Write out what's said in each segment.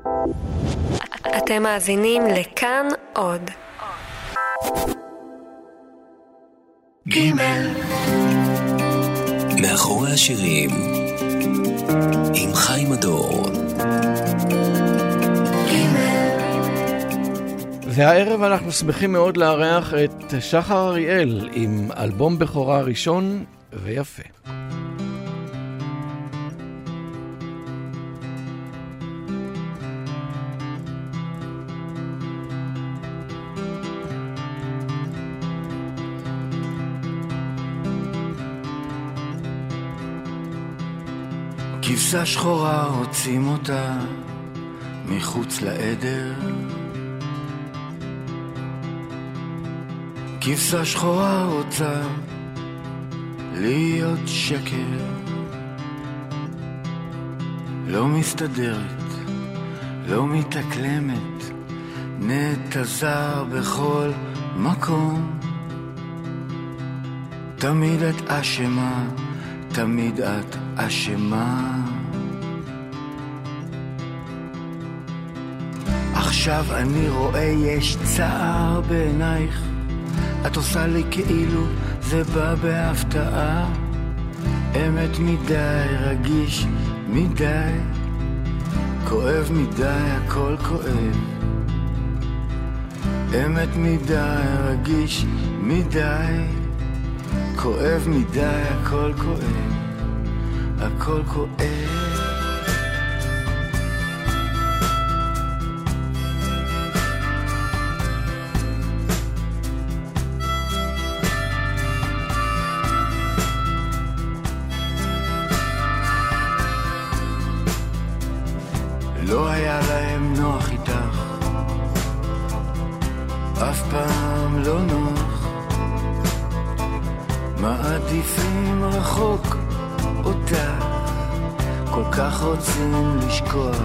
אתם מאזינים לכאן עוד. גימל מאחורי השירים עם חיים הדור. והערב אנחנו שמחים מאוד לארח את שחר אריאל עם אלבום בכורה ראשון ויפה. כבשה שחורה רוצים אותה מחוץ לעדר, כבשה שחורה רוצה להיות שקר, לא מסתדרת, לא מתאקלמת, נטע זר בכל מקום. תמיד את אשמה, תמיד את אשמה. עכשיו אני רואה יש צער בעינייך, את עושה לי כאילו זה בא בהפתעה. אמת מדי, רגיש מדי, כואב מדי, הכל כואב. אמת מדי, רגיש מדי, כואב מדי, הכל כואב, הכל כואב. לא היה להם נוח איתך, אף פעם לא נוח, מעדיפים רחוק אותך, כל כך רוצים לשכוח.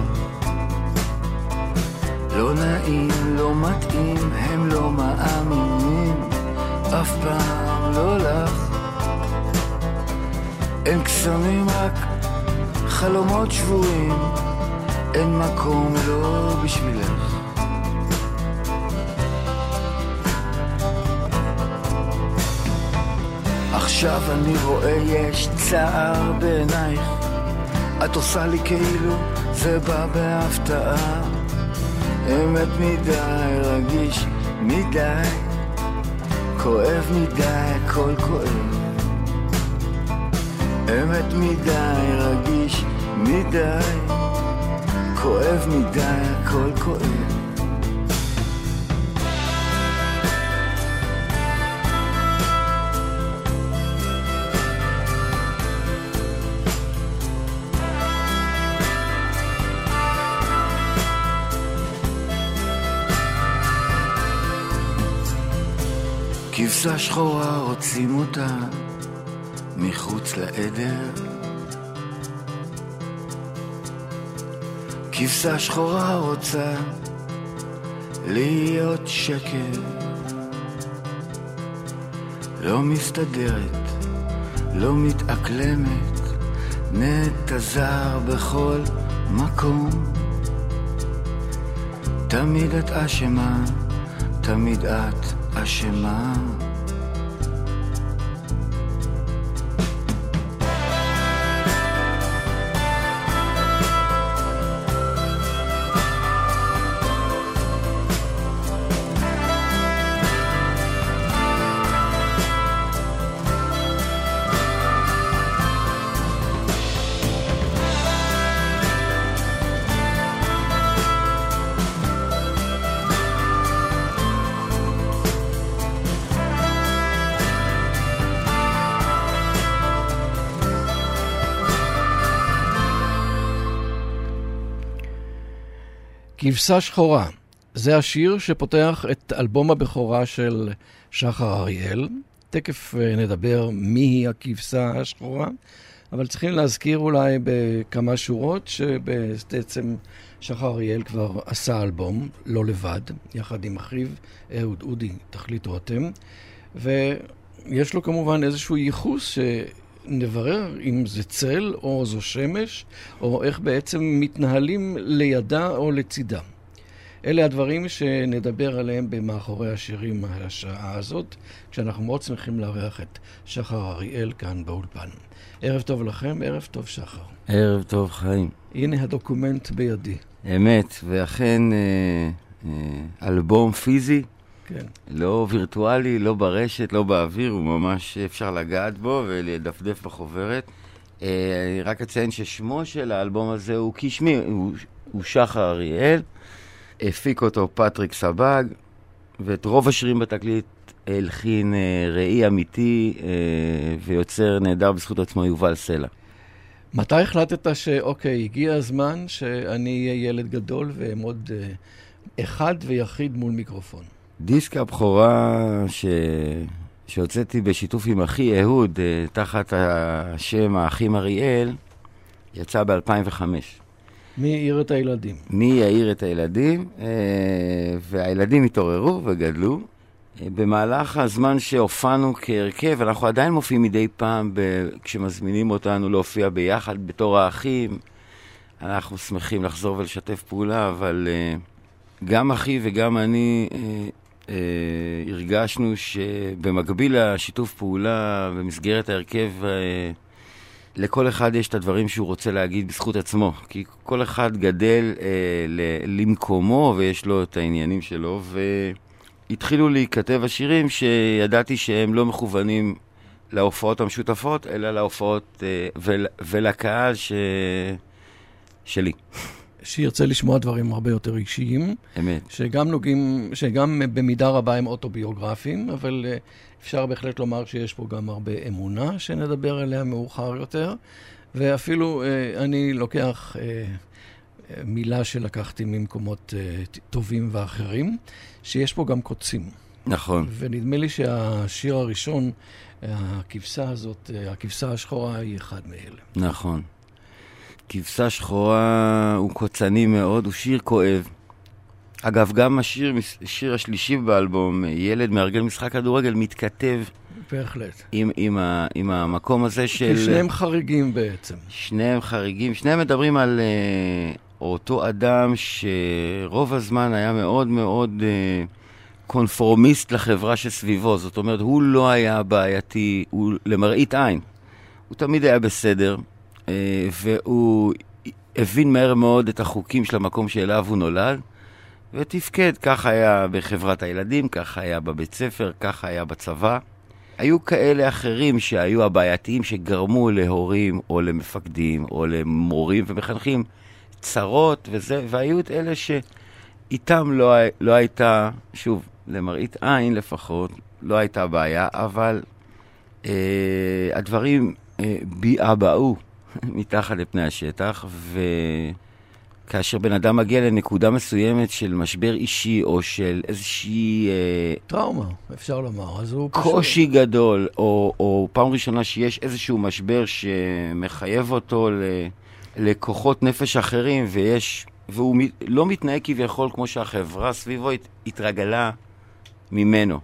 לא נעים, לא מתאים, הם לא מאמינים, אף פעם לא לך. אין קסמים, רק חלומות שבורים, אין מקום לא בשבילך. עכשיו אני רואה יש צער בעינייך, את עושה לי כאילו זה בא בהפתעה. אמת מדי, רגיש מדי, כואב מדי, הכל כואב. אמת מדי, רגיש מדי, כואב מדי, הכל כואב. כבשה שחורה רוצים אותה מחוץ לעדר, כבשה שחורה רוצה להיות שקר, לא מסתדרת, לא מתאקלמת, נטע זר בכל מקום. תמיד את אשמה, תמיד את אשמה. כבשה שחורה, זה השיר שפותח את אלבום הבכורה של שחר אריאל. תכף נדבר מיהי הכבשה השחורה, אבל צריכים להזכיר אולי בכמה שורות שבעצם שחר אריאל כבר עשה אלבום, לא לבד, יחד עם אחיו אהוד אודי, תחליטו אתם, ויש לו כמובן איזשהו ייחוס נברר אם זה צל או זו שמש, או איך בעצם מתנהלים לידה או לצידה. אלה הדברים שנדבר עליהם במאחורי השירים השעה הזאת, כשאנחנו מאוד שמחים לארח את שחר אריאל כאן באולפן. ערב טוב לכם, ערב טוב שחר. ערב טוב חיים. הנה הדוקומנט בידי. אמת, ואכן אלבום פיזי, כן. לא וירטואלי, לא ברשת, לא באוויר, הוא ממש אפשר לגעת בו ולדפדף בחוברת. רק אציין ששמו של האלבום הזה הוא כשמי, הוא שחר אריאל, הפיק אותו פטריק סבג, ואת רוב השירים בתקליט הלחין ראי אמיתי ויוצר נהדר בזכות עצמו יובל סלע. מתי החלטת שאוקיי, הגיע הזמן שאני אהיה ילד גדול ועמוד אחד ויחיד מול מיקרופון? דיסק הבכורה שהוצאתי בשיתוף עם אחי אהוד, תחת השם האחים אריאל, יצא ב-2005. מי העיר את הילדים? מי העיר את הילדים, והילדים התעוררו וגדלו. במהלך הזמן שהופענו כהרכב, אנחנו עדיין מופיעים מדי פעם כשמזמינים אותנו להופיע ביחד בתור האחים. אנחנו שמחים לחזור ולשתף פעולה, אבל גם אחי וגם אני הרגשנו שבמקביל לשיתוף פעולה במסגרת ההרכב, לכל אחד יש את הדברים שהוא רוצה להגיד בזכות עצמו, כי כל אחד גדל למקומו ויש לו את העניינים שלו, והתחילו להיכתב השירים שידעתי שהם לא מכוונים להופעות המשותפות, אלא להופעות ולקהל שלי. שירצה לשמוע דברים הרבה יותר אישיים. אמת. שגם במידה רבה הם אוטוביוגרפיים, אבל אפשר בהחלט לומר שיש פה גם הרבה אמונה שנדבר עליה מאוחר יותר, ואפילו אני לוקח מילה שלקחתי ממקומות טובים ואחרים, שיש פה גם קוצים. נכון. ונדמה לי שהשיר הראשון, הכבשה הזאת, הכבשה השחורה, היא אחד מאלה. נכון. כבשה שחורה הוא קוצני מאוד, הוא שיר כואב. אגב, גם השיר השלישי באלבום, ילד מארגן משחק כדורגל, מתכתב בהחלט. עם המקום הזה של... כי שניהם חריגים בעצם. שניהם חריגים. שניהם מדברים על אותו אדם שרוב הזמן היה מאוד מאוד קונפורמיסט לחברה שסביבו. זאת אומרת, הוא לא היה בעייתי, הוא למראית עין. הוא תמיד היה בסדר. והוא הבין מהר מאוד את החוקים של המקום שאליו הוא נולד, ותפקד. כך היה בחברת הילדים, כך היה בבית ספר, כך היה בצבא. היו כאלה אחרים שהיו הבעייתיים שגרמו להורים או למפקדים או למורים ומחנכים צרות וזה, והיו את אלה שאיתם לא הייתה, שוב, למראית עין לפחות, לא הייתה בעיה, אבל הדברים באו מתחת לפני השטח, וכאשר בן אדם מגיע לנקודה מסוימת של משבר אישי או של איזושהי טראומה, אפשר לומר, אז הוא קושי גדול, או פעם ראשונה שיש איזשהו משבר שמחייב אותו לכוחות נפש אחרים, והוא לא מתנהג כביכול כמו שהחברה סביבו התרגלה ממנו,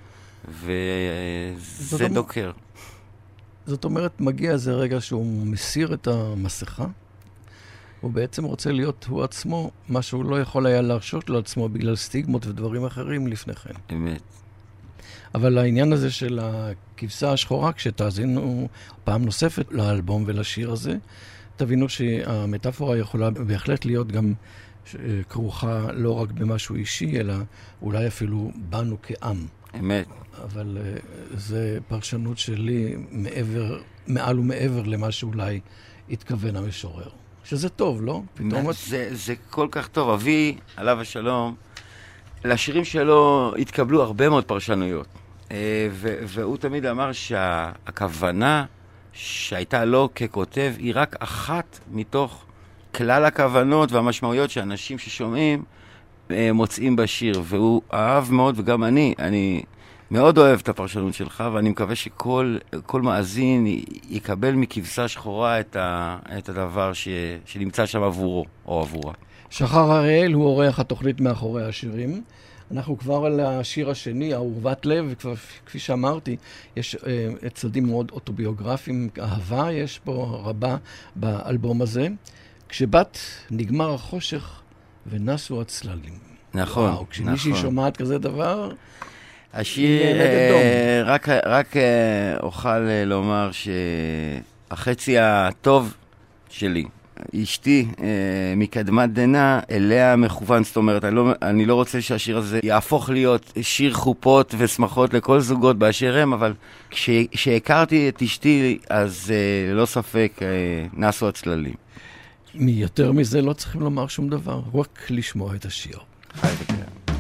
וזה דוקר. זאת אומרת, מגיע איזה רגע שהוא מסיר את המסכה, הוא בעצם רוצה להיות הוא עצמו, מה שהוא לא יכול היה להרשות לעצמו בגלל סטיגמות ודברים אחרים לפני כן. אמת. אבל העניין הזה של הכבשה השחורה, כשתאזינו פעם נוספת לאלבום ולשיר הזה, תבינו שהמטאפורה יכולה בהחלט להיות גם כרוכה לא רק במשהו אישי, אלא אולי אפילו בנו כעם. אמת. אבל זה פרשנות שלי מעל ומעבר למה שאולי התכוון המשורר. שזה טוב, לא? זה כל כך טוב. אבי, עליו השלום, לשירים שלו התקבלו הרבה מאוד פרשנויות. והוא תמיד אמר שהכוונה שהייתה לו ככותב היא רק אחת מתוך כלל הכוונות והמשמעויות שאנשים ששומעים מוצאים בשיר. והוא אהב מאוד, וגם אני מאוד אוהב את הפרשנות שלך, ואני מקווה שכל מאזין יקבל מכבשה שחורה את הדבר שנמצא שם עבורו או עבורה. שחר אריאל הוא עורך התוכנית מאחורי השירים. אנחנו כבר על השיר השני, אהובת לב, וכפי שאמרתי, יש צדדים מאוד אוטוביוגרפיים, אהבה יש פה רבה באלבום הזה. כשבת נגמר החושך ונסו הצללים. נכון, וואו, כשמישהי שומעת כזה דבר, השיר, רק אוכל לומר שהחצי הטוב שלי, אשתי מקדמת דנה, אליה מכוון, זאת אומרת, אני לא רוצה שהשיר הזה יהפוך להיות שיר חופות ושמחות לכל זוגות באשר הם, אבל כשהכרתי את אשתי, אז ללא ספק נסו הצללים. מיותר מזה לא צריכים לומר שום דבר, רק לשמוע את השיר. חי וקיים.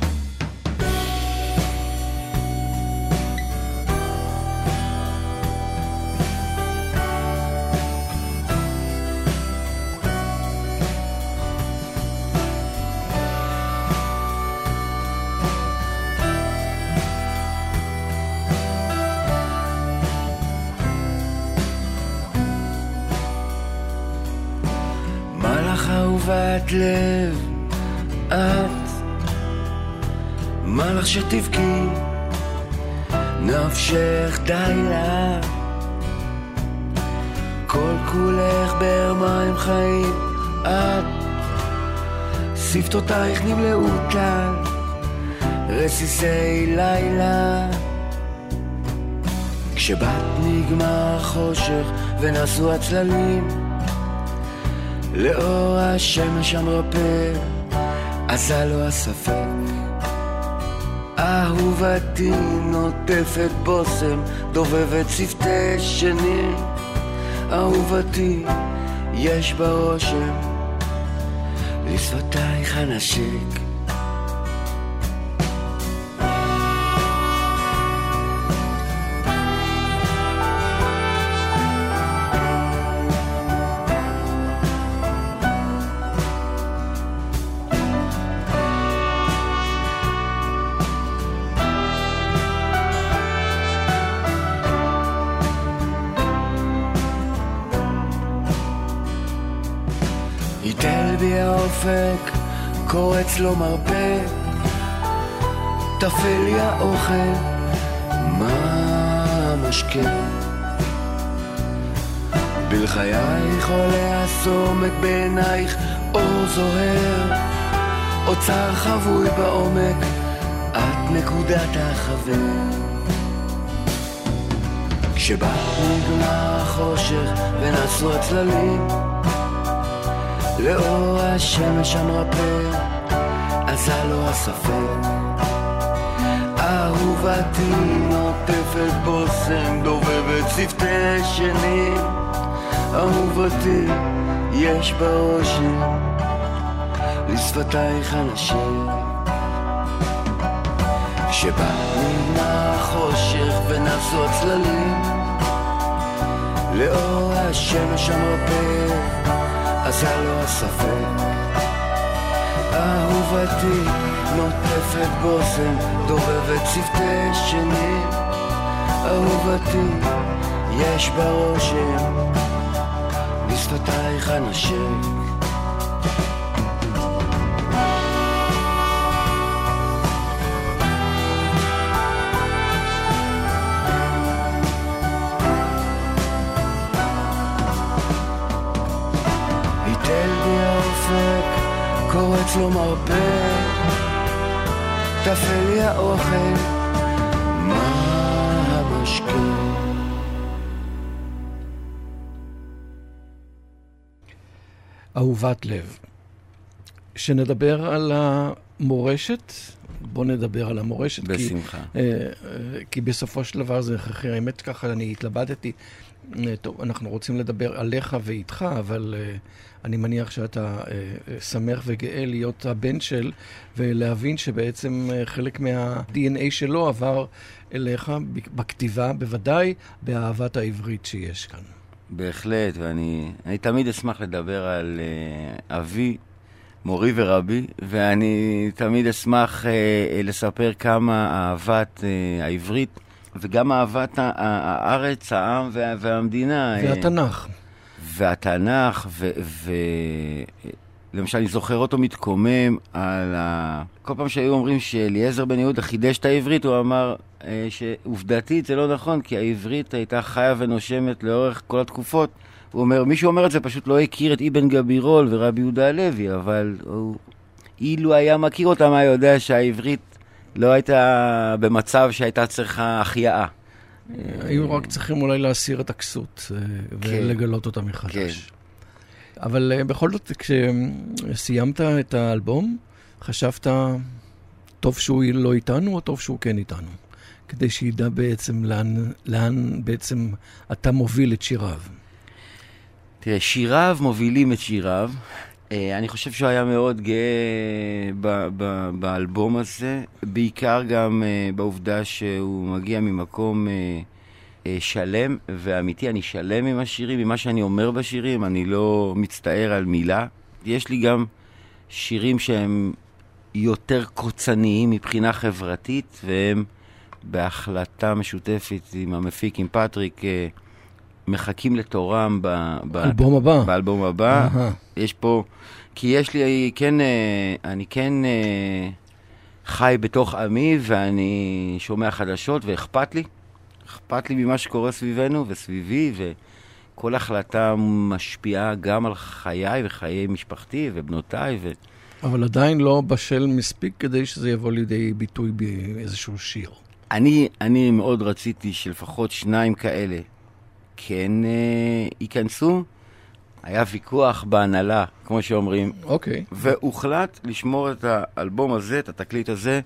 אהובת לב, את מלאך שתבכי, נפשך די לה, כל כולך באר מים חיים, את שפתותייך נמלאו טל, רסיסי לילה. כשבת נגמר חושך ונסו הצללים, לאור השמש המרפא, עשה לו הספק. אהובתי נוטפת בוסם, דובבת שפתי שנים. אהובתי יש ברושם, לשפתייך הנשק. קורץ לו מרפא, תפל לי האוכל, מה משקה? בלחייך עולה הסומק, בעינייך אור זוהר, אוצר חבוי בעומק, את נקודת החבר. כשבת נגמר החושך ונסו הצללים, לאור השמש המרפא, עשה לו הספק. אהובתי נוטפת בוסם, דובבת שפתי שנים. אהובתי יש ברושם, לשפתייך הנשק. כשבת נגמר החושך ונסו הצללים, לאור השמש המרפא, עשה לו הספק. אהובתי נוטפת בוסם, דובבת שפתי שנים. אהובתי יש ברושם, לשפתייך הנשק. קורץ לו מרפא, תפל לי האוכל, מה המשקה? אהובת לב. שנדבר על המורשת, בוא נדבר על המורשת. בשמחה. כי בסופו של דבר זה הכרחי. האמת ככה, אני התלבטתי. טוב, אנחנו רוצים לדבר עליך ואיתך, אבל אני מניח שאתה שמח וגאה להיות הבן של, ולהבין שבעצם חלק מה-DNA שלו עבר אליך בכתיבה, בוודאי באהבת העברית שיש כאן. בהחלט, ואני תמיד אשמח לדבר על אבי, מורי ורבי, ואני תמיד אשמח לספר כמה אהבת העברית, וגם אהבת הארץ, העם והמדינה. והתנ"ך. והתנ"ך, למשל, אני זוכר אותו מתקומם על כל פעם שהיו אומרים שאליעזר בן יהודה חידש את העברית, הוא אמר שעובדתית זה לא נכון, כי העברית הייתה חיה ונושמת לאורך כל התקופות. הוא אומר, מישהו אומר את זה, פשוט לא הכיר את אבן גבירול ורבי יהודה הלוי, אבל אילו היה מכיר אותם, היה יודע שהעברית לא הייתה במצב שהייתה צריכה החייאה. היו רק צריכים אולי להסיר את הכסות ולגלות אותה מחדש. אבל בכל זאת, כשסיימת את האלבום, חשבת טוב שהוא לא איתנו או טוב שהוא כן איתנו? כדי שידע בעצם לאן בעצם אתה מוביל את שיריו. תראה, שיריו מובילים את שיריו. אני חושב שהוא היה מאוד גאה באלבום הזה, בעיקר גם בעובדה שהוא מגיע ממקום שלם ואמיתי. אני שלם עם השירים, עם מה שאני אומר בשירים, אני לא מצטער על מילה. יש לי גם שירים שהם יותר קוצניים מבחינה חברתית, והם בהחלטה משותפת עם המפיק, עם פטריק, מחכים לתורם באלבום הבא. יש פה, כי יש לי, אני כן חי בתוך עמי, ואני שומע חדשות, ואכפת לי ממה שקורה סביבנו וסביבי, וכל החלטה משפיעה גם על חיי וחיי משפחתי ובנותיי. אבל עדיין לא בשל מספיק כדי שזה יבוא לידי ביטוי באיזשהו שיר. אני מאוד רציתי שלפחות 2 כאלה כן ייכנסו. היה ויכוח בהנהלה, כמו שאומרים. אוקיי. והוחלט לשמור את האלבום הזה, את התקליט הזה,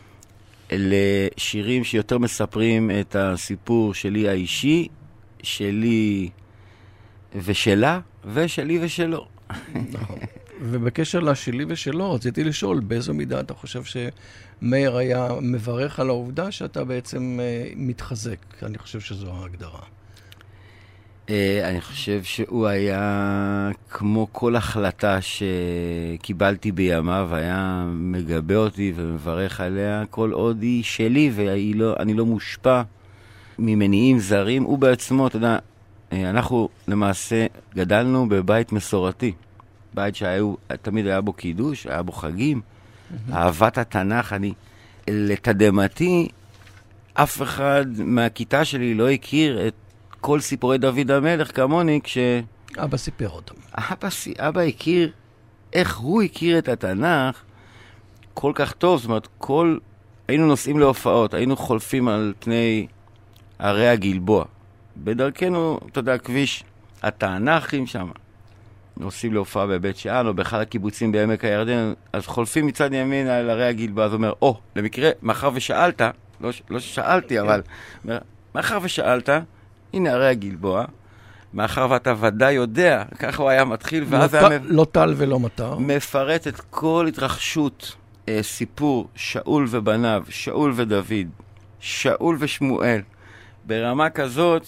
לשירים שיותר מספרים את הסיפור שלי האישי, שלי ושלה, ושלי ושלו. ובקשר לשלי ושלו, רציתי לשאול, באיזו מידה אתה חושב שמאיר היה מברך על העובדה שאתה בעצם מתחזק? אני חושב שזו ההגדרה. אני חושב שהוא היה, כמו כל החלטה שקיבלתי בימיו, היה מגבה אותי ומברך עליה, כל עוד היא שלי ואני לא מושפע ממניעים זרים. הוא בעצמו, אתה יודע, אנחנו למעשה גדלנו בבית מסורתי. בית שתמיד היה בו קידוש, היה בו חגים, אהבת התנ"ך. לתדמתי, אף אחד מהכיתה שלי לא הכיר את כל סיפורי דוד המלך כמוני, אבא סיפר אותם. אבא הכיר, איך הוא הכיר את התנ"ך כל כך טוב. זאת אומרת, היינו נוסעים להופעות, היינו חולפים על פני ערי הגלבוע. בדרכנו, אתה יודע, כביש התנ"כים שם. נוסעים להופעה בבית שאן, או באחד הקיבוצים בעמק הירדן, אז חולפים מצד ימין על ערי הגלבוע, אז הוא אומר, למקרה, מאחר ושאלת, לא ששאלתי, אבל מאחר ושאלת, הנה ערי הגלבוע, מאחר ואתה ודאי יודע, ככה הוא היה מתחיל, ואז לא טל ולא מטר. מפרט את כל התרחשות סיפור שאול ובניו, שאול ודוד, שאול ושמואל, ברמה כזאת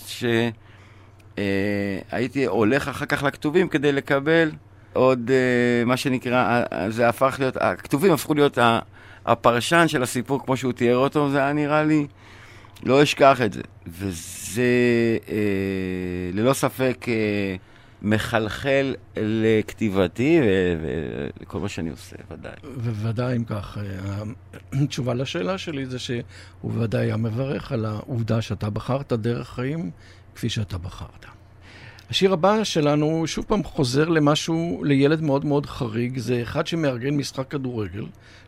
שהייתי הולך אחר כך לכתובים כדי לקבל עוד מה שנקרא, זה הפך להיות, הכתובים הפכו להיות הפרשן של הסיפור כמו שהוא תיאר אותו, זה היה נראה לי, לא אשכח את זה. וזה ללא ספק מחלחל לכתיבתי ולכל מה שאני עושה, ודאי. וודאי אם כך, התשובה לשאלה שלי זה שהוא ודאי היה מברך על העובדה שאתה בחרת דרך חיים כפי שאתה בחרת. השיר הבא שלנו שוב פעם חוזר למשהו, לילד מאוד מאוד חריג, זה אחד שמארגן משחק כדורגל,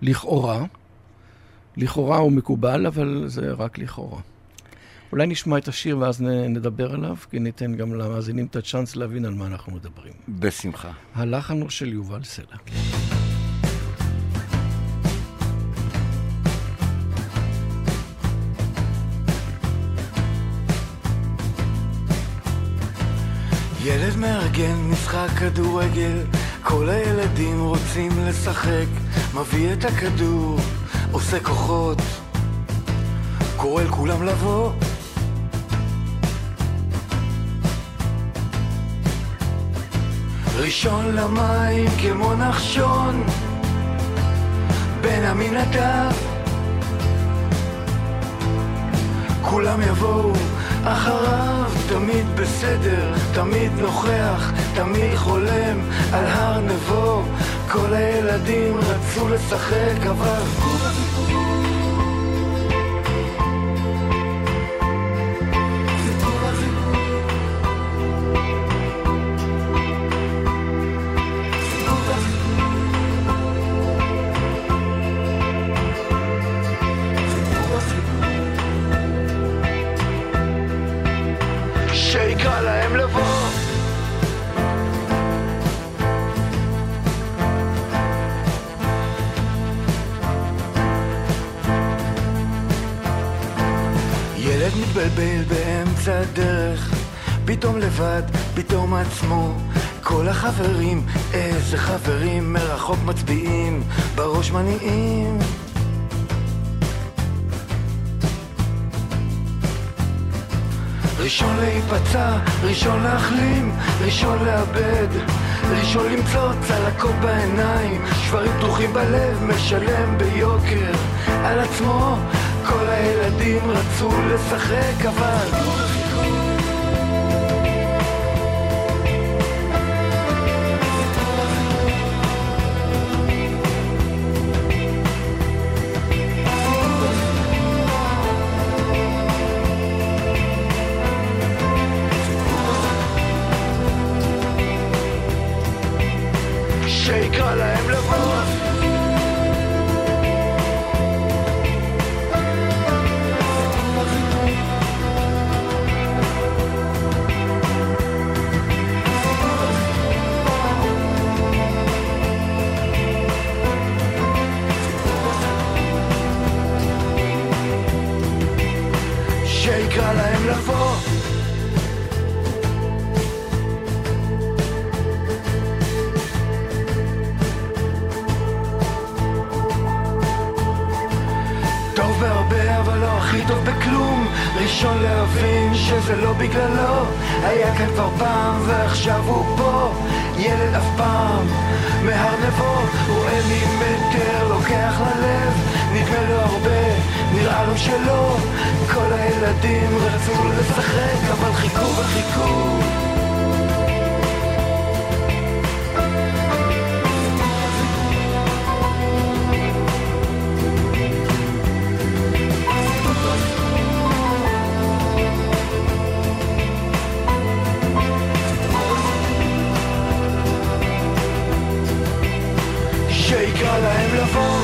לכאורה הוא מקובל, אבל זה רק לכאורה. אולי נשמע את השיר ואז נדבר עליו, כי ניתן גם למאזינים את הצ'אנס להבין על מה אנחנו מדברים. בשמחה. הלחן הוא של יובל סלע. ילד מארגן משחק כדורגל, כל הילדים רוצים לשחק, מביא את הכדור, עושה כוחות, קורא לכולם לבוא. ראשון למים כמו נחשון, בין המנדף, כולם יבואו, אחריו תמיד בסדר, תמיד נוכח, תמיד חולם על הר נבו. כל הילדים רצו לשחק אבל שיקרא להם לבוא. ילד מתבלבל באמצע הדרך, פתאום לבד, פתאום עצמו. כל החברים, איזה חברים, מרחוק מצביעים, בראש מניעים. ראשון להיפצע, ראשון להחלים, ראשון לאבד, ראשון למצוא צלקות בעיניים, שברים פתוחים בלב, משלם ביוקר על עצמו. כל הילדים רצו לשחק אבל שיקרא להם לבוא. שיקרא להם לבוא. טוב בהרבה אבל לא הכי טוב בכלום, ראשון להבין שזה לא בגללו, היה כאן כבר פעם ועכשיו הוא פה. ילד אף פעם מהר נבו, רואה ממטר, לוקח ללב, נדמה לו הרבה, נראה לו שלא. כל הילדים רצו לשחק אבל חיכו וחיכו. שיקרא להם לבוא.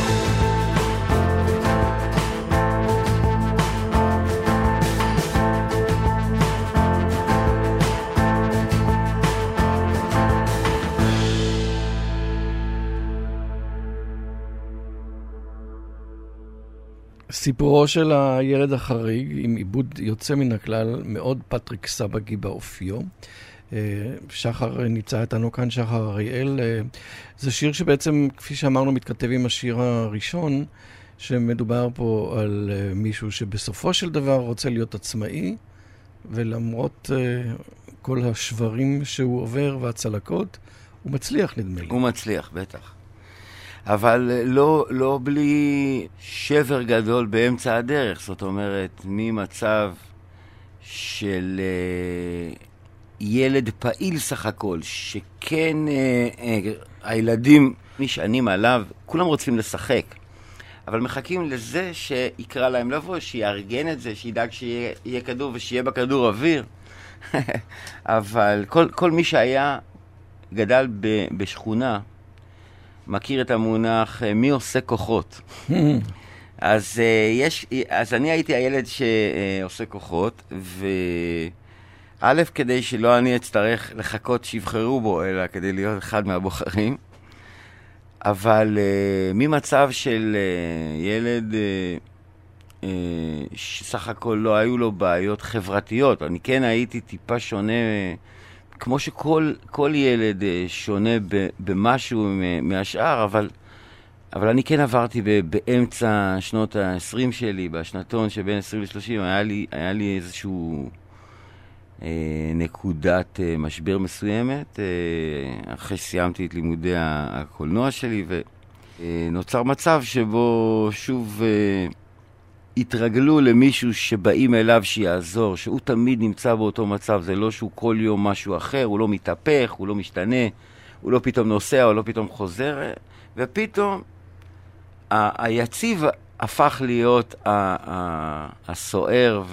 סיפורו של הילד החריג, עם עיבוד יוצא מן הכלל, מאוד פטריק סבגי באופיו. שחר נמצא איתנו כאן, שחר אריאל. זה שיר שבעצם, כפי שאמרנו, מתכתב עם השיר הראשון, שמדובר פה על מישהו שבסופו של דבר רוצה להיות עצמאי, ולמרות כל השברים שהוא עובר והצלקות, הוא מצליח, נדמה לי. הוא מצליח, בטח. אבל לא בלי שבר גדול באמצע הדרך. זאת אומרת, ממצב של ילד פעיל סך הכל, שכן הילדים נשענים עליו, כולם רוצים לשחק, אבל מחכים לזה שיקרא להם לבוא, שיארגן את זה, שידאג שיהיה כדור ושיהיה בכדור אוויר. אבל כל מי שהיה גדל בשכונה, מכיר את המונח מי עושה כוחות. אז אני הייתי הילד שעושה כוחות, א', כדי שלא אני אצטרך לחכות שיבחרו בו, אלא כדי להיות אחד מהבוחרים. אבל ממצב של ילד שסך הכל לא היו לו בעיות חברתיות, אני כן הייתי טיפה שונה, כמו שכל ילד שונה במשהו מהשאר, אבל אני כן עברתי באמצע שנות ה-20 שלי, בשנתון שבין 20 ל-30, היה לי איזשהו נקודת משבר מסוימת, אחרי שסיימתי את לימודי הקולנוע שלי, ונוצר מצב שבו שוב התרגלו למישהו שבאים אליו שיעזור, שהוא תמיד נמצא באותו מצב, זה לא שהוא כל יום משהו אחר, הוא לא מתהפך, הוא לא משתנה, הוא לא פתאום נוסע, הוא לא פתאום חוזר, ופתאום היציב הפך להיות הסוער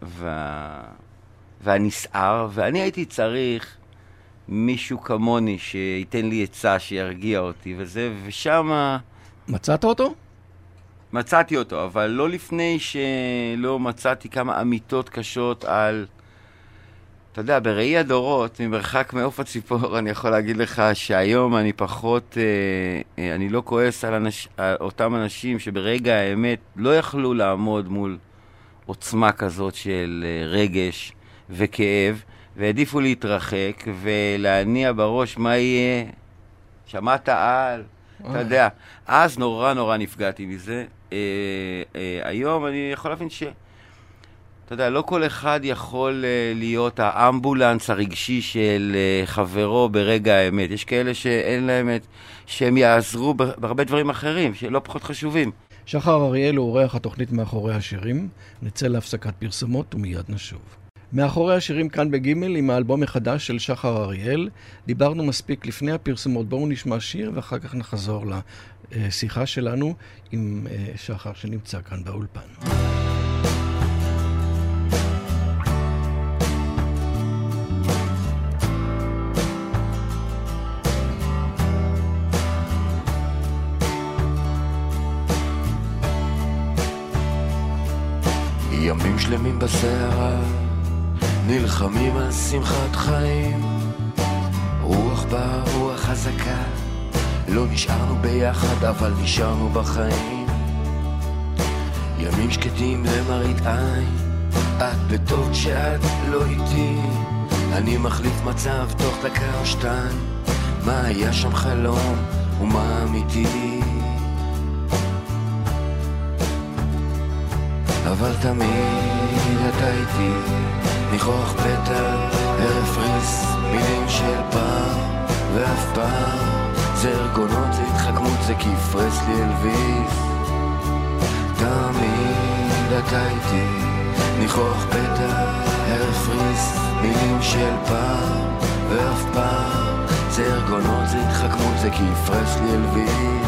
והנסער, ואני הייתי צריך מישהו כמוני שייתן לי עצה, שירגיע אותי וזה, ושמה... מצאת אותו? מצאתי אותו, אבל לא לפני שלא מצאתי כמה אמיתות קשות על... אתה יודע, בראי הדורות, ממרחק מעוף הציפור, אני יכול להגיד לך שהיום אני פחות... אני לא כועס על אותם אנשים שברגע האמת לא יכלו לעמוד מול עוצמה כזאת של רגש וכאב, והעדיפו להתרחק ולהניע בראש מה יהיה. שמעת על... אתה יודע, אז נורא נפגעתי מזה. היום אני יכול להבין אתה יודע, לא כל אחד יכול להיות האמבולנס הרגשי של חברו ברגע האמת. יש כאלה שאין להם שהם יעזרו בהרבה דברים אחרים, שלא פחות חשובים. שחר אריאל הוא אורח התוכנית מאחורי השירים. נצא להפסקת פרסומות ומיד נשוב. מאחורי השירים כאן בגימל עם האלבום החדש של שחר אריאל. דיברנו מספיק לפני הפרסומות, בואו נשמע שיר ואחר כך נחזור לשיחה שלנו עם שחר שנמצא כאן באולפן. ימים שלמים בסערה נלחמים על שמחת חיים, רוח באה, רוח חזקה, לא נשארנו ביחד אבל נשארנו בחיים. ימים שקטים למראית עין, את בטוב כשאת לא איתי, אני מחליף מצב תוך דקה או שתיים, מה היה שם חלום ומה אמיתי. אבל תמיד אתה איתי, ניחוח פתע, ערף ריס, מילים של פעם ואף פעם, זה ארגונות, זה התחכמות, זה כפרס לי אלוויס. תמיד אתה איתי, ניחוח פתע, ערף ריס, מילים של פעם ואף פעם, זה ארגונות, זה התחכמות, זה כפרס לי אלוויס.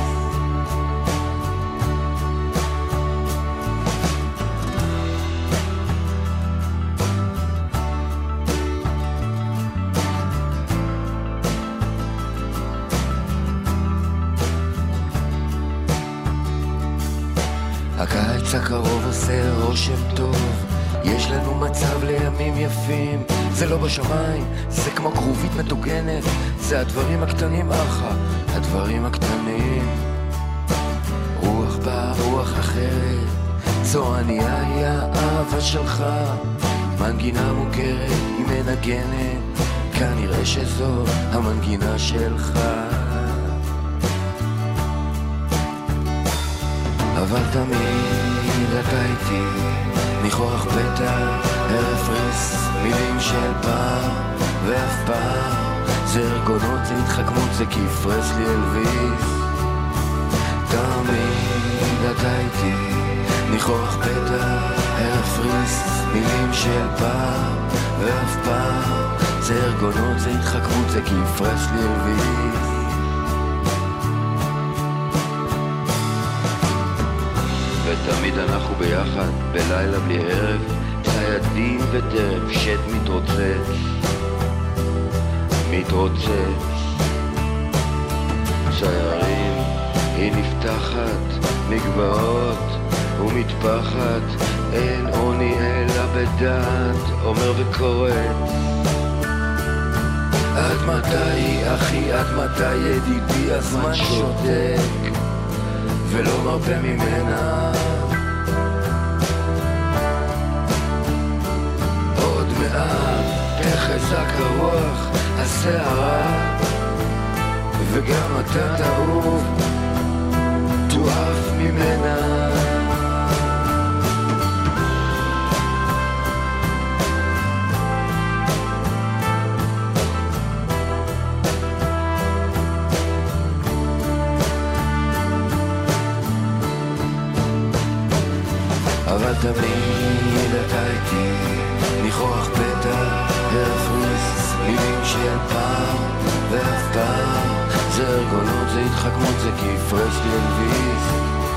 הקיץ הקרוב עושה רושם טוב, יש לנו מצב לימים יפים, זה לא בשמיים, זה כמו כרובית מטוגנת, זה הדברים הקטנים אחא, הדברים הקטנים. רוח באה, רוח אחרת, זו ענייה היא האהבה שלך, מנגינה מוכרת היא מנגנת, כנראה שזו המנגינה שלך. אבל תמיד אתה איתי, ניחוח פתע, ערף ריס, מילים של פעם ואף פעם, זה ארגונות, זה התחכמות, זה כפרס לי אלוויס. תמיד אתה איתי, ניחוח פתע, ערף ריס, מילים של פעם ואף פעם, זה ארגונות, זה התחכמות, זה כפרס לי אלוויס. ותמיד אנחנו ביחד, בלילה בלי ערב, ציידים וטרף, שט מתרוצץ, ציירים, היא נפתחת, מגבעות ומטפחת, אין עוני אלא בדעת, אומר וקוראת. עד מתי אחי, עד מתי ידידי, הזמן שותק ולא מרפה ממנה. עוד מעט תחזק הרוח, הסערה, וגם אתה תעוף, תועף ממנה. אבל תמיד אתה איתי, ניחוח פתע, הרפריס, מילים של פעם ואף פעם. זה ארגונות, זה התחכמות, זה כיף רסלי אלוויס.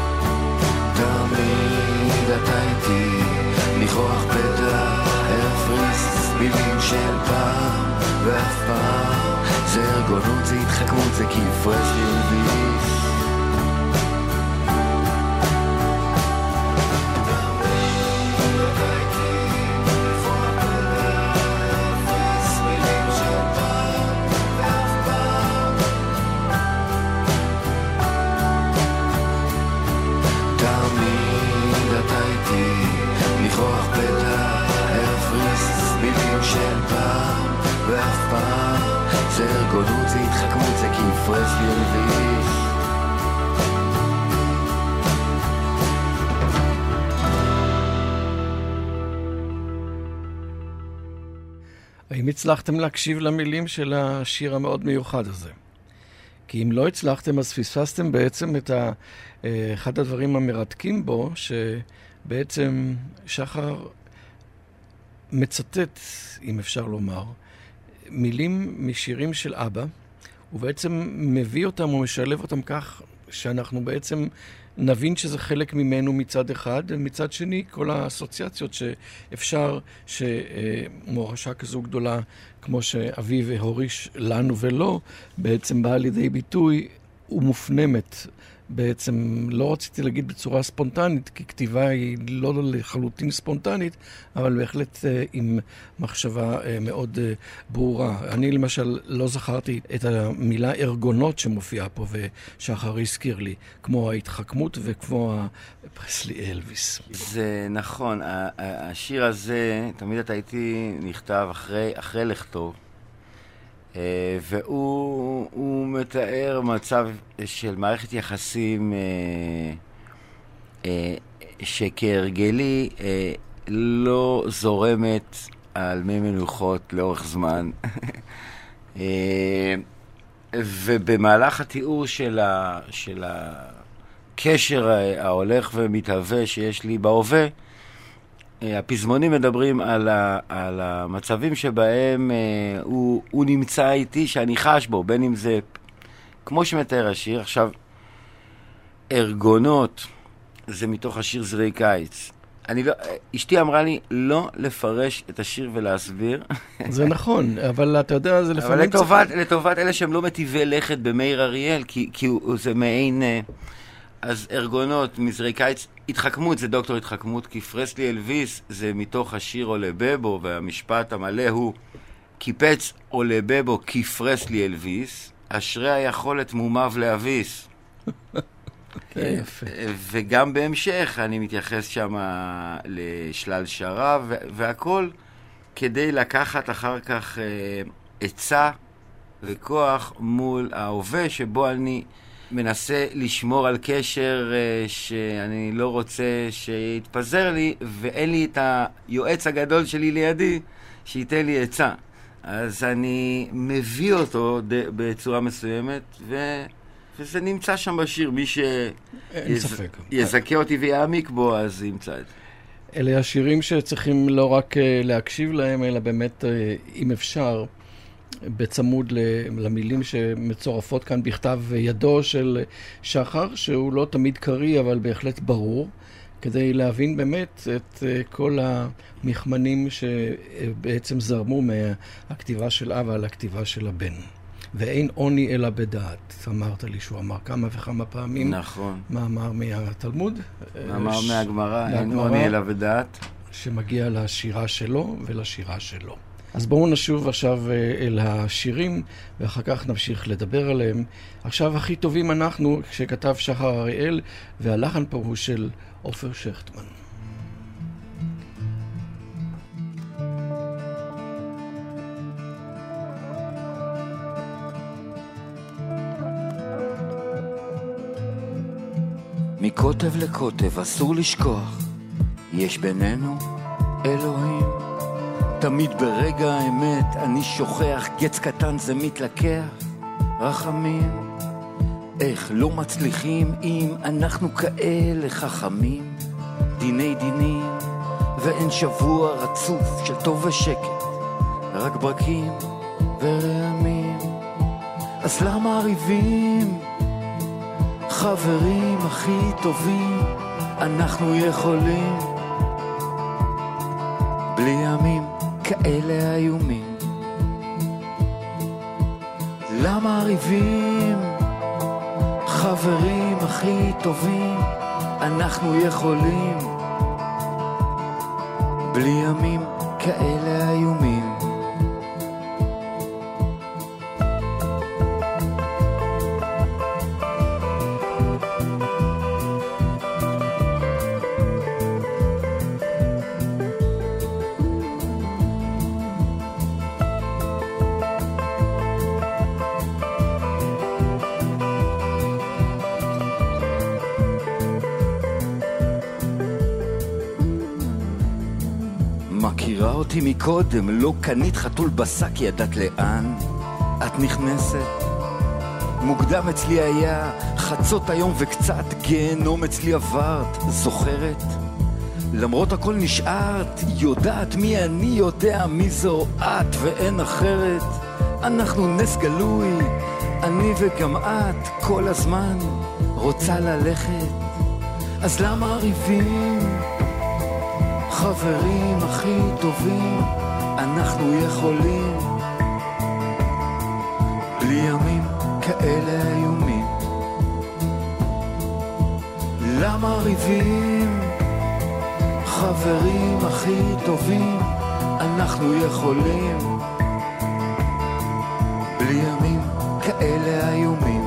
תמיד אתה איתי, ניחוח פתע, הרפריס, מילים של פעם ואף פעם. זה ארגונות, זה התחכמות, זה כיף רסלי אלוויס. זה ארגונות, זה התחכמות, זה כיף רסלי אלוויס. האם הצלחתם להקשיב למילים של השיר המאוד מיוחד הזה? כי אם לא הצלחתם, אז פספסתם בעצם את אחד הדברים המרתקים בו, שבעצם שחר מצטט, אם אפשר לומר, מילים משירים של אבא, ובעצם מביא אותם ומשלב אותם כך שאנחנו בעצם נבין שזה חלק ממנו מצד אחד, ומצד שני כל האסוציאציות שאפשר שמורשה כזו גדולה כמו שאביו הוריש לנו ולא, בעצם באה לידי ביטוי ומופנמת. בעצם לא רציתי להגיד בצורה ספונטנית, כי כתיבה היא לא לחלוטין ספונטנית, אבל בהחלט עם מחשבה מאוד ברורה. אני למשל לא זכרתי את המילה ארגונות שמופיעה פה, ושחר הזכיר לי, כמו ההתחכמות וכמו פרסלי אלוויס. זה נכון, השיר הזה, תמיד אתה איתי נכתב אחרי לכתוב, והוא מתאר מצב של מערכת יחסים שכהרגלי לא זורמת על מי מנוחות לאורך זמן. ובמהלך התיאור של הקשר ההולך ומתהווה שיש לי בהווה, הפזמונים מדברים על המצבים שבהם הוא נמצא איתי, שאני חש בו, בין אם זה, כמו שמתאר השיר. עכשיו, ארגונות, זה מתוך השיר זרי קיץ. אשתי אמרה לי לא לפרש את השיר ולהסביר. זה נכון, אבל אתה יודע, זה לפעמים... אבל לטובת אלה שהם לא מטיבי לכת במאיר אריאל, כי זה מעין... אז ארגונות, מזרי קיץ, התחכמות זה דוקטור התחכמות, כי פרסלי אלוויס זה מתוך השיר עולה בבו, והמשפט המלא הוא קיפץ עולה בבו כי פרסלי אלוויס, אשרי היכולת מומב להביס. יפה. וגם בהמשך אני מתייחס שם לשלל שרב, והכל כדי לקחת אחר כך עצה וכוח מול ההווה, שבו אני מנסה לשמור על קשר שאני לא רוצה שיתפזר לי, ואין לי את היועץ הגדול שלי לידי שייתן לי עצה. אז אני מביא אותו בצורה מסוימת, וזה נמצא שם בשיר. מי שיזכה אותי ויעמיק בו, אז ימצא את זה. אלה השירים שצריכים לא רק להקשיב להם, אלא באמת, אם אפשר, בצמוד למילים שמצורפות כאן בכתב ידו של שחר, שהוא לא תמיד קרי, אבל בהחלט ברור, כדי להבין באמת את כל המחמנים שבעצם זרמו מהכתיבה של אבא לכתיבה של הבן. ואין עוני אלא בדעת, אמרת לי שהוא אמר כמה וכמה פעמים. נכון. מאמר מהתלמוד. מאמר מהגמרא, אין עוני אלא בדעת. שמגיע לשירה שלו ולשירה שלו. אז בואו נשוב עכשיו אל השירים, ואחר כך נמשיך לדבר עליהם. עכשיו הכי טובים אנחנו, שכתב שחר אריאל, והלחן פה הוא של עופר שכטמן. מקוטב לקוטב אסור לשכוח, יש בינינו אלוהים. תמיד ברגע האמת אני שוכח, גץ קטן זה מתלקח, רחמים. איך לא מצליחים אם אנחנו כאלה חכמים? דיני דינים, ואין שבוע רצוף של טוב ושקט, רק ברקים ורעמים. אז למה ריבים? חברים הכי טובים אנחנו יכולים, בלי ימים כאלה איומים. למה ריבים? חברים הכי טובים אנחנו יכולים, בלי ימים כאלה איומים. מכירה אותי מקודם, לא קנית חתול בשק, ידעת לאן את נכנסת. מוקדם אצלי היה חצות היום וקצת, גיהנום אצלי עברת, זוכרת? למרות הכל נשארת, יודעת מי אני, יודע מי זו את ואין אחרת. אנחנו נס גלוי, אני וגם את, כל הזמן רוצה ללכת. אז למה ריבים? חברים הכי טובים אנחנו יכולים, בלי ימים כאלה איומים. למה ריבים? חברים הכי טובים אנחנו יכולים, בלי ימים כאלה איומים.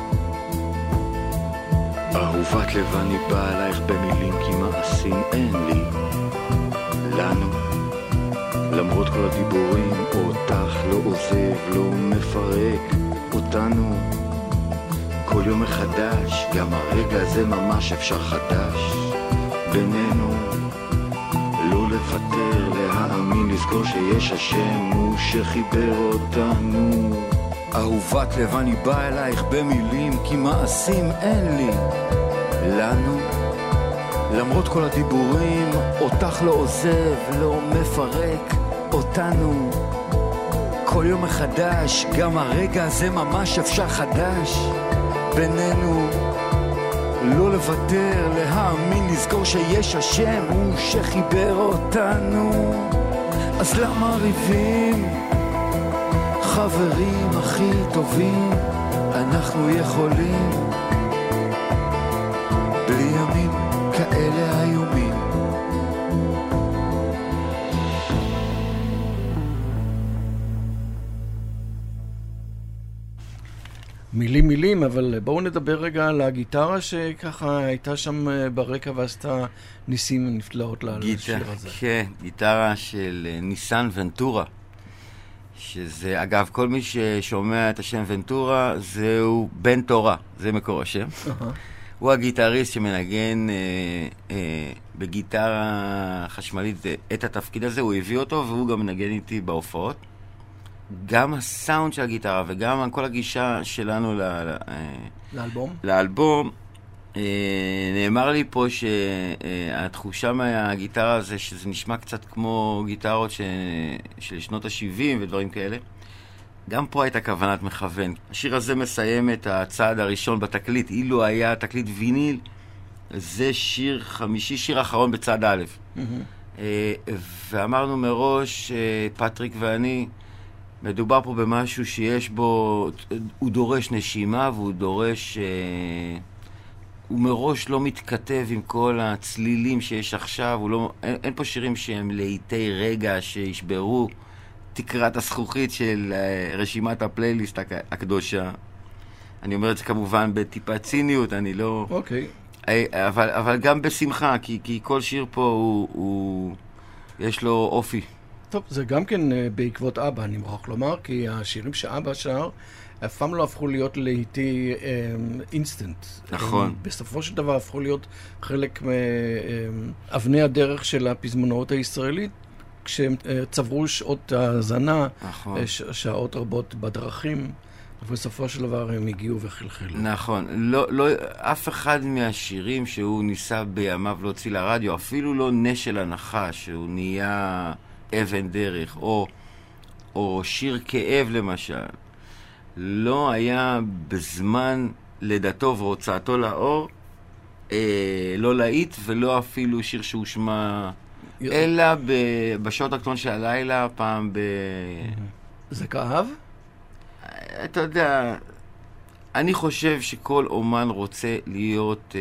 אהובת לב אני בא אלייך במילים כי מעשים אין לי לנו, למרות כל הדיבורים אותך לא עוזב, לא מפרק אותנו. כל יום מחדש, גם הרגע הזה ממש אפשר חדש בינינו. לא לוותר, להאמין, לזכור שיש השם הוא שחיבר אותנו. אהובת לב אני בא אלייך במילים כי מעשים אין לי לנו, למרות כל הדיבורים אותך לא עוזב, לא מפרק אותנו. כל יום מחדש, גם הרגע הזה ממש אפשר חדש בינינו. לא לוותר, להאמין, לזכור שיש השם הוא שחיבר אותנו. אז למה ריבים? חברים הכי טובים אנחנו יכולים, בלי ימים כאלה איומים. מילים מילים, אבל בואו נדבר רגע על הגיטרה שככה הייתה שם ברקע ועשתה ניסים נפלאות לשיר הזה. כן, גיטרה של ניסן ונטורה, שזה אגב כל מי ששומע את השם ונטורה זהו בן תורה, זה מקור השם. הוא הגיטריסט שמנגן בגיטרה חשמלית את התפקיד הזה, הוא הביא אותו והוא גם מנגן איתי בהופעות. גם הסאונד של הגיטרה וגם כל הגישה שלנו לאלבום, נאמר לי פה שהתחושה מהגיטרה הזה שזה נשמע קצת כמו גיטרות של שנות ה-70 ודברים כאלה. גם פה הייתה כוונת מכוון. השיר הזה מסיים את הצעד הראשון בתקליט. אילו היה תקליט ויניל, זה שיר חמישי, שיר אחרון בצד א'. ואמרנו מראש, פטריק ואני, מדובר פה במשהו שיש בו, הוא דורש נשימה והוא דורש, הוא מראש לא מתכתב עם כל הצלילים שיש עכשיו, אין פה שירים שהם לעיתי רגע שישברו תקרת הזכוכית של רשימת הפלייליסט הקדושה. אני אומר את זה כמובן בטיפה ציניות, אני לא... אוקיי. אבל גם בשמחה, כי כל שיר פה יש לו אופי. טוב, זה גם כן בעקבות אבא, אני מוכרח לומר, כי השירים שאבא שר אף פעם לא הפכו להיות לעיתי אינסטנט. נכון. בסופו של דבר הפכו להיות חלק מאבני הדרך של הפזמונאות הישראלית, כשהם צברו שעות ההזנה, נכון. שעות רבות בדרכים, ובסופו של דבר הם הגיעו וחלחלו. נכון. אף אחד מהשירים שהוא ניסה בימיו להוציא לרדיו, אפילו לא נשל הנחש, שהוא נהיה אבן דרך, או שיר כאב למשל, לא היה בזמן לידתו והוצאתו לאור, לא להיט ולא אפילו שיר שהושמע, אלא בשעות הקטנות של הלילה, פעם זה כאב? אתה יודע, אני חושב שכל אומן רוצה להיות,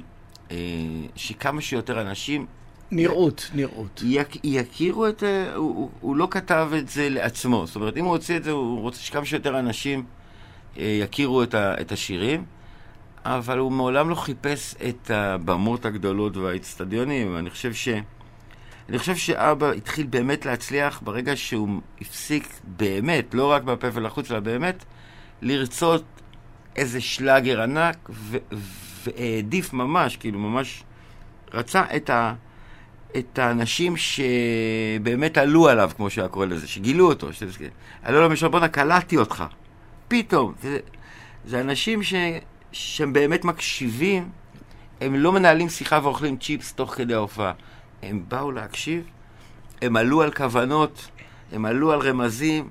שכמה שיותר אנשים נראות. יכירו את, הוא לא כתב את זה לעצמו, זאת אומרת, אם הוא הוציא את זה, הוא רוצה שכמה שיותר אנשים יכירו את השירים, אבל הוא מעולם לא חיפש את הבמות הגדולות והאצטדיונים. אני חושב שאבא התחיל באמת להצליח ברגע שהוא הפסיק באמת, לא רק בפה ולחוץ, אלא באמת, לרצות איזה שלאגר ענק, והעדיף ממש, כאילו ממש רצה את האנשים שבאמת עלו עליו, כמו שהיה קורא לזה, שגילו אותו, עלו לו משל, בונה, קלטתי אותך. פתאום. זה אנשים שהם באמת מקשיבים, הם לא מנהלים שיחה ואוכלים צ'יפס תוך כדי ההופעה. הם באו להקשיב, הם עלו על כוונות, הם עלו על רמזים,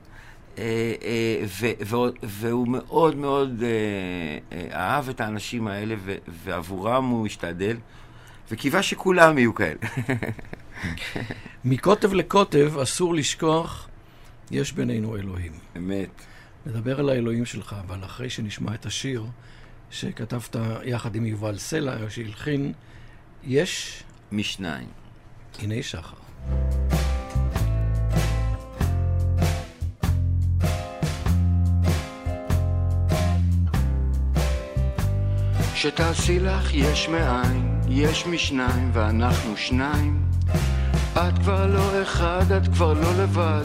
והוא מאוד מאוד אהב את האנשים האלה, ועבורם הוא השתדל, וקיווה שכולם יהיו כאלה. מקוטב לקוטב אסור לשכוח, יש בינינו אלוהים. אמת. נדבר על האלוהים שלך, אבל אחרי שנשמע את השיר שכתבת יחד עם יובל סלע, שהלחין, יש משניים. הנה שחר. שתעשי לך יש מאין, יש משניים ואנחנו שניים. את כבר לא אחד, את כבר לא לבד.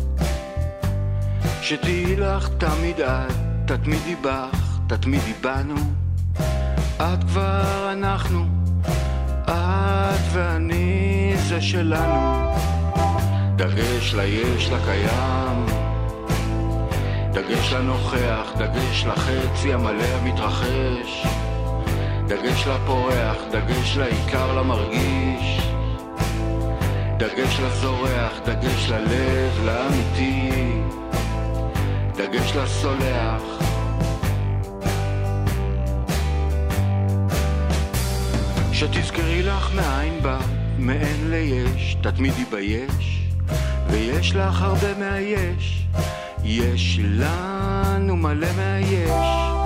שתהי לך תמיד את, תתמידי בך, תתמידי בנו. את כבר אנחנו, את ואני זה שלנו. דגש ליש לקיים, דגש לנוכח, דגש לחצי המלא המתרחש, דגש לפורח, דגש לעיקר למרגיש, דגש לזורח, דגש ללב, לאמיתי, דגש לסולח. שתזכרי לך מאין בא, מאין ליש, תתמידי ביש, ויש לך הרבה מהיש, יש לנו מלא מהיש.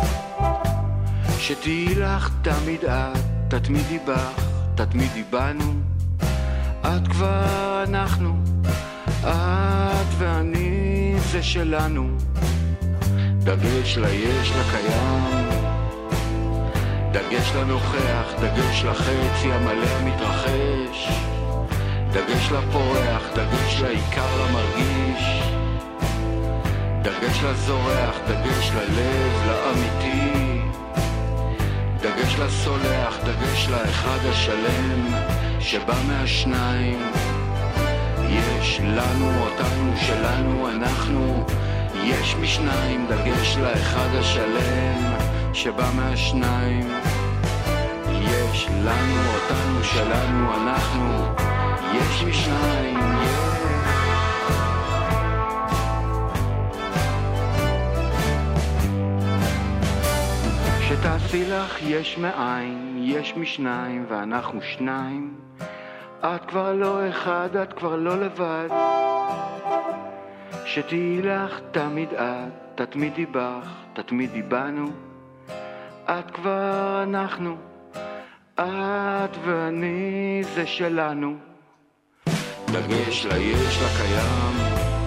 שתהי לך תמיד את, תתמידי בך, תתמידי בנו. את כבר אנחנו, את ואני זה שלנו. דגש ליש לקיים, דגש לנוכח, דגש לחצי המלא המתרחש, דגש לפורח, דגש לעיקר למרגיש, דגש לזורח, דגש ללב, לאמיתי, דגש לסולח, דגש לאחד השלם שבא מהשניים. יש לנו, אותנו, שלנו, אנחנו, יש משניים, דגש לאחד השלם שבא מהשניים. יש לנו, אותנו, שלנו, אנחנו, יש משניים. שתעשי לך יש מאין, יש משניים ואנחנו שניים. את כבר לא אחד, את כבר לא לבד. שתהי לך תמיד את, תתמידי בך, תתמידי בנו. את כבר אנחנו, את ואני זה שלנו. דגש ליש לקיים,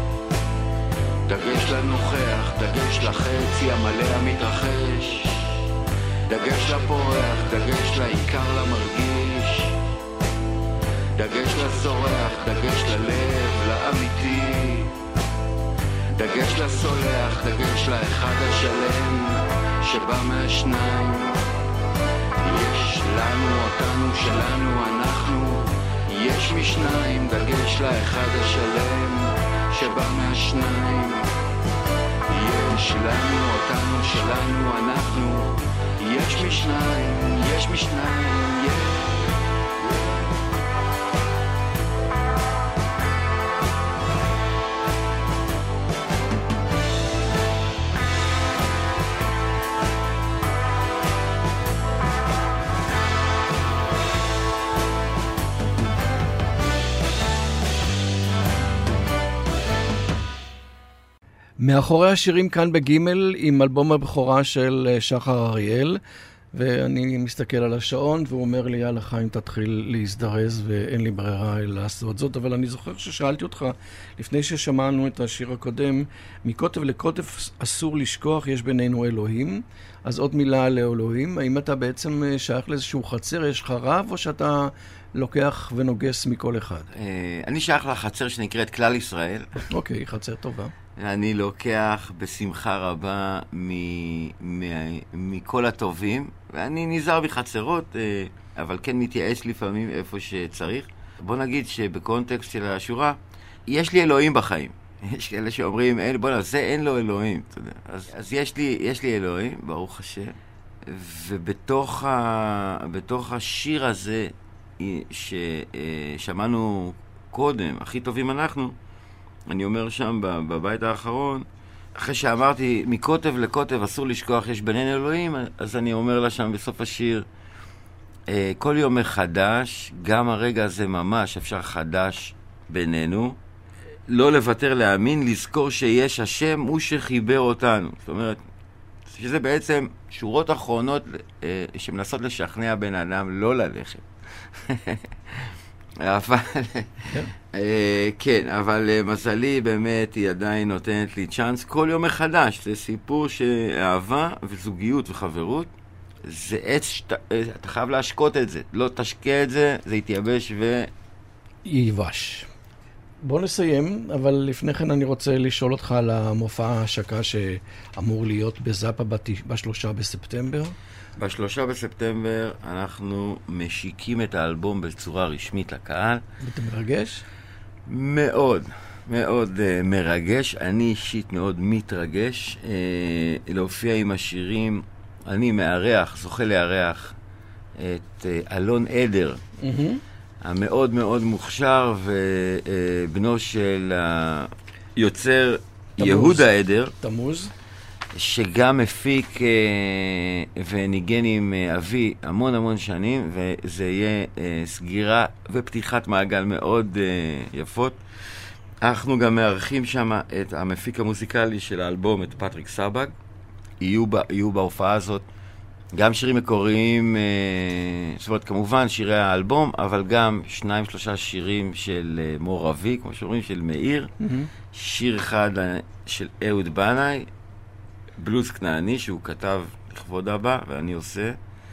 דגש לנוכח, דגש לחצי המלא המתרחש, דגש לפורח, דגש לעיקר למרגיש, דגש לזורח, דגש ללב, לאמיתי, דגש לסולח, דגש לאחד השלם שבא מהשניים. יש לנו, אותנו, שלנו, אנחנו, יש משניים, דגש לאחד השלם שבא מהשניים. שלנו, אותנו, שלנו, אנחנו. יש משניים, יש משניים, יש. מאחורי השירים כאן בגימל עם אלבום הבכורה של שחר אריאל, ואני מסתכל על השעון והוא אומר לי, יאללה חיים תתחיל להזדרז ואין לי ברירה לעשות זאת, אבל אני זוכר ששאלתי אותך לפני ששמענו את השיר הקודם, מקוטב לקוטב אסור לשכוח, יש בינינו אלוהים, אז עוד מילה לאלוהים, האם אתה בעצם שייך לאיזשהו חצר, יש לך רב או שאתה לוקח ונוגס מכל אחד? אני שייך לחצר שנקראת כלל ישראל. אוקיי, חצר טובה. אני לוקח בשמחה רבה מכל הטובים, ואני נזהר בחצרות, אבל כן מתייעץ לפעמים איפה שצריך. בוא נגיד שבקונטקסט של השורה, יש לי אלוהים בחיים. יש כאלה שאומרים, בוא זה אין לו אלוהים. אתה יודע. אז יש לי אלוהים, ברוך השם, ובתוך השיר הזה ששמענו קודם, הכי טובים אנחנו, אני אומר שם בבית האחרון, אחרי שאמרתי מקוטב לקוטב אסור לשכוח יש בינינו אלוהים, אז אני אומר לה שם בסוף השיר, כל יום מחדש, גם הרגע הזה ממש אפשר חדש בינינו, לא לוותר להאמין, לזכור שיש השם הוא שחיבר אותנו. זאת אומרת, שזה בעצם שורות אחרונות שמנסות לשכנע בן אדם לא ללכת. אבל כן, אבל מזלי באמת היא עדיין נותנת לי צ'אנס כל יום מחדש. זה סיפור שאהבה וזוגיות וחברות זה עץ, אתה חייב להשקות את זה, לא תשקע את זה, זה יתייבש ייבש. בוא נסיים, אבל לפני כן אני רוצה לשאול אותך על המופע ההשקה שאמור להיות בזאפה ב3 בספטמבר. ב3 בספטמבר אנחנו משיקים את האלבום בצורה רשמית לקהל. אתה מרגש? מאוד, מאוד מרגש. אני אישית מאוד מתרגש להופיע עם השירים. אני זוכה לארח את אלון עדר, המאוד מאוד מוכשר, ובנו של היוצר יהודה עדר. תמוז. שגם הפיק וניגן עם אבי המון שנים, וזה יהיה סגירה ופתיחת מעגל מאוד יפות. אנחנו גם מארחים שם את המפיק המוזיקלי של האלבום, את פטריק סבג. יהיו בהופעה הזאת גם שירים מקוריים, זאת אומרת כמובן שירי האלבום, אבל גם 2-3 שירים של מור אבי, כמו שאומרים, של מאיר. שיר אחד של אהוד בנאי, בלוז כנעני שהוא כתב לכבוד אבא ואני עושה,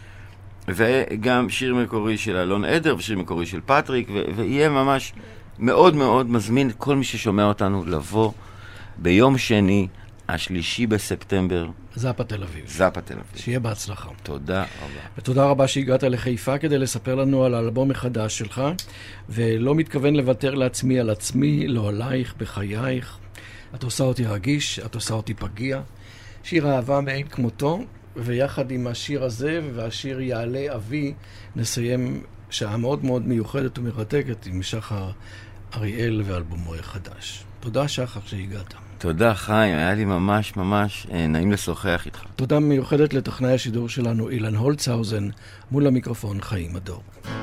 וגם שיר מקורי של אלון עדר ושיר מקורי של פטריק, ויהיה ממש מאוד מאוד מזמין כל מי ששומע אותנו לבוא ביום שני 3 בספטמבר זאפה תל אביב. זאפה תל אביב. שיהיה בהצלחה. תודה רבה. ותודה רבה שהגעת לחיפה כדי לספר לנו על האלבום החדש שלך, ולא מתכוון לוותר לעצמי על עצמי, לא עלייך, בחייך. את עושה אותי רגיש, את עושה אותי פגיע. שיר אהבה מאין כמותו, ויחד עם השיר הזה והשיר יעלה אבי, נסיים שעה מאוד מאוד מיוחדת ומרתקת עם שחר אריאל ואלבומו החדש. תודה שחר שהגעת. תודה חיים, היה לי ממש נעים לשוחח איתך. תודה מיוחדת לטכנאי השידור שלנו אילן הולצהאוזן, מול המיקרופון חיים מדור.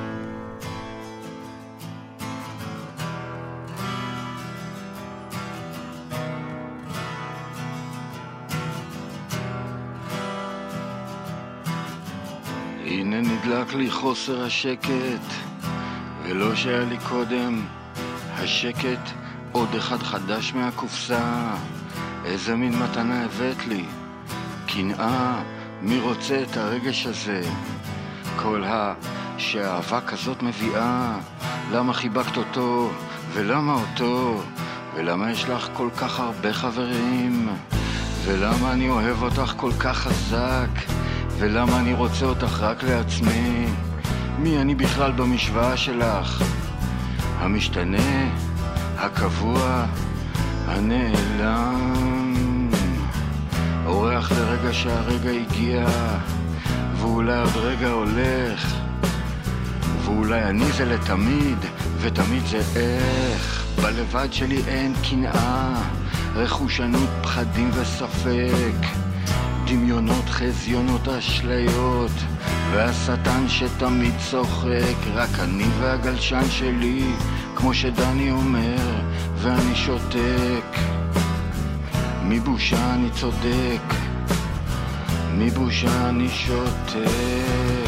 הנה נדלק לי חוסר השקט, ולא שהיה לי קודם השקט, עוד אחד חדש מהקופסה. איזה מין מתנה הבאת לי, קנאה, מי רוצה את הרגש הזה? כל שהאהבה כזאת מביאה, למה חיבקת אותו ולמה אותו? ולמה יש לך כל כך הרבה חברים? ולמה אני אוהב אותך כל כך חזק? ולמה אני רוצה אותך רק לעצמי? מי אני בכלל במשוואה שלך? המשתנה, הקבוע, הנעלם. אורח לרגע שהרגע הגיע, ואולי עוד רגע הולך, ואולי אני זה לתמיד, ותמיד זה איך. בלבד שלי אין קנאה, רכושנות, פחדים וספק, דמיונות, חזיונות, אשליות, והשטן שתמיד צוחק. רק אני והגלשן שלי, כמו שדני אומר, ואני שותק. מבושה אני צודק, מבושה אני שותק.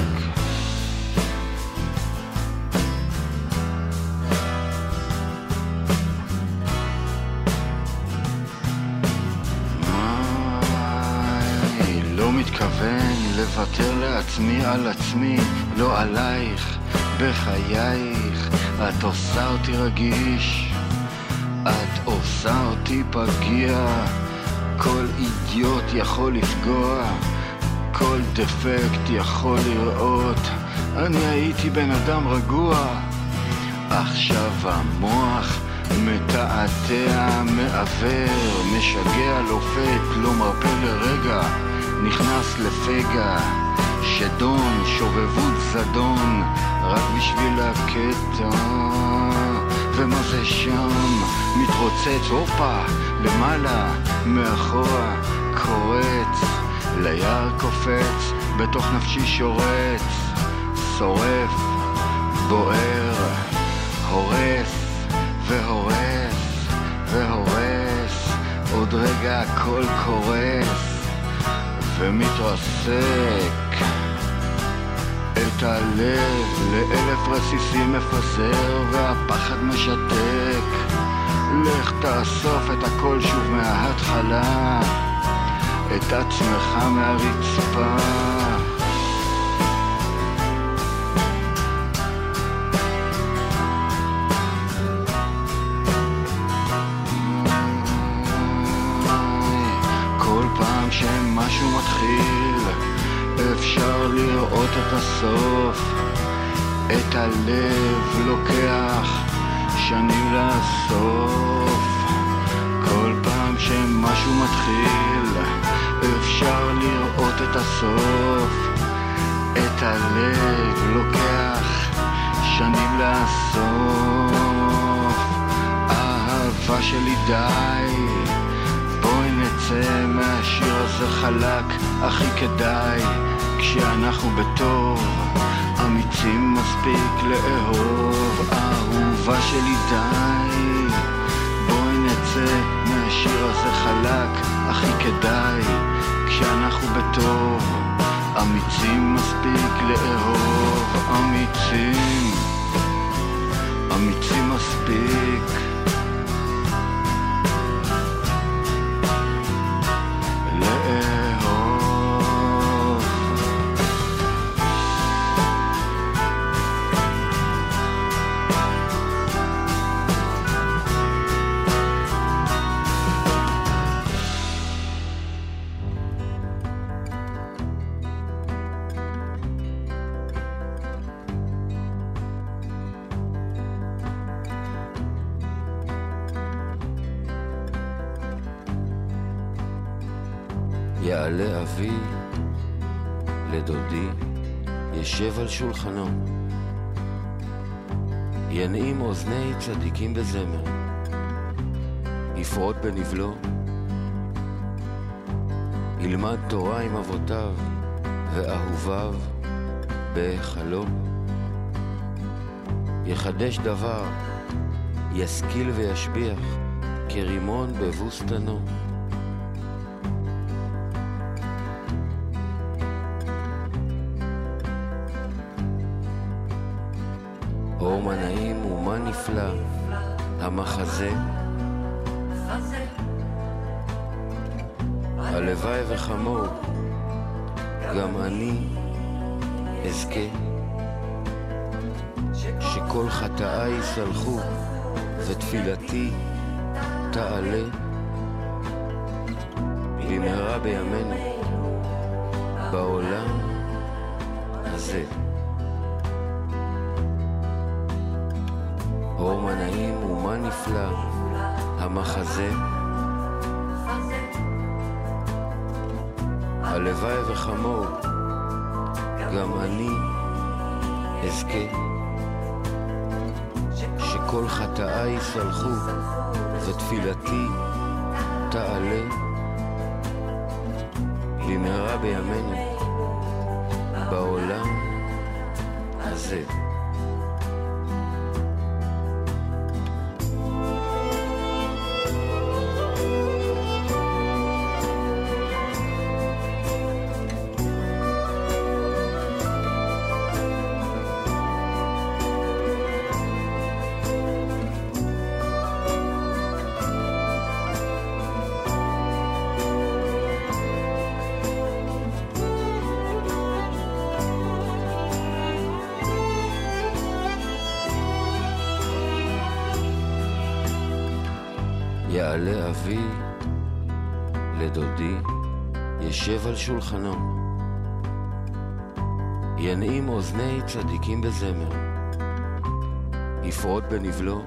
לא מתכוון לוותר לעצמי על עצמי, לא עלייך, בחייך. את עושה אותי רגיש, את עושה אותי פגיע. כל אידיוט יכול לפגוע, כל דפקט יכול לראות. אני הייתי בן אדם רגוע, עכשיו המוח מתעתע, מעבר, משגע, לופת, לא מרפא לרגע, נכנס לפגע, שדון, שובבות זדון, רק בשביל הקטע. ומה זה שם? מתרוצץ, הופה, למעלה, מאחורה, קורץ, ליער קופץ, בתוך נפשי שורץ, שורף, בוער, הורס, והורס, והורס, עוד רגע הכל קורס, ומתרסק. את הלב לאלף רסיסים מפזר, והפחד משתק. לך תאסוף את הכל שוב מההתחלה, את עצמך מהרצפה. כל פעם שמשהו מתחיל, אפשר לראות את הסוף. את הלב לוקח שנים לסוף. כל פעם שמשהו מתחיל, אפשר לראות את הסוף. את הלב לוקח שנים לסוף. אהבה שלי די, בואי נצא מהשיר הזה חלק, הכי כדאי כשאנחנו בטוב, אמיצים מספיק לאהוב. אהובה שלי די, בואי נצא מהשיר הזה חלק, הכי כדאי כשאנחנו בטוב, אמיצים מספיק לאהוב. אמיצים, אמיצים מספיק יעלה אבי לדודי, ישב על שולחנו, ינעים אוזני צדיקים בזמר, יפרוט בנבלו, ילמד תורה עם אבותיו ואהוביו בהיכלו, יחדש דבר, ישכיל וישביח כרימון בבוסתנו. אור מה נעים ומה נפלא המחזה, הלוואי וחמור גם אני אזכה, שכל חטאי יסלחו ותפילתי תעלה במהרה בימינו בעולם הזה. אור מה נעים ומה נפלא המחזה, הלוואי וחמור, גם אני אזכה, שכל חטאי יסלחו, ותפילתי תעלה במהרה בימינו בעולם הזה. יעלה אבי לדודי, ישב על שולחנו, ינעים אוזני צדיקים בזמר, יפרוט בנבלו,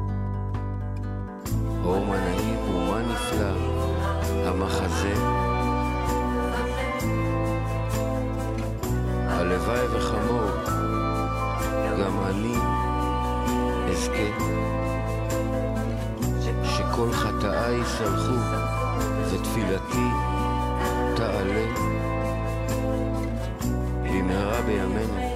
אור מנעים ומה נפלא המחזה. הלוואי וחמור, גם אני אזכה, שכל חטאי יסלחו, ותפילתי תעלה במהרה בימינו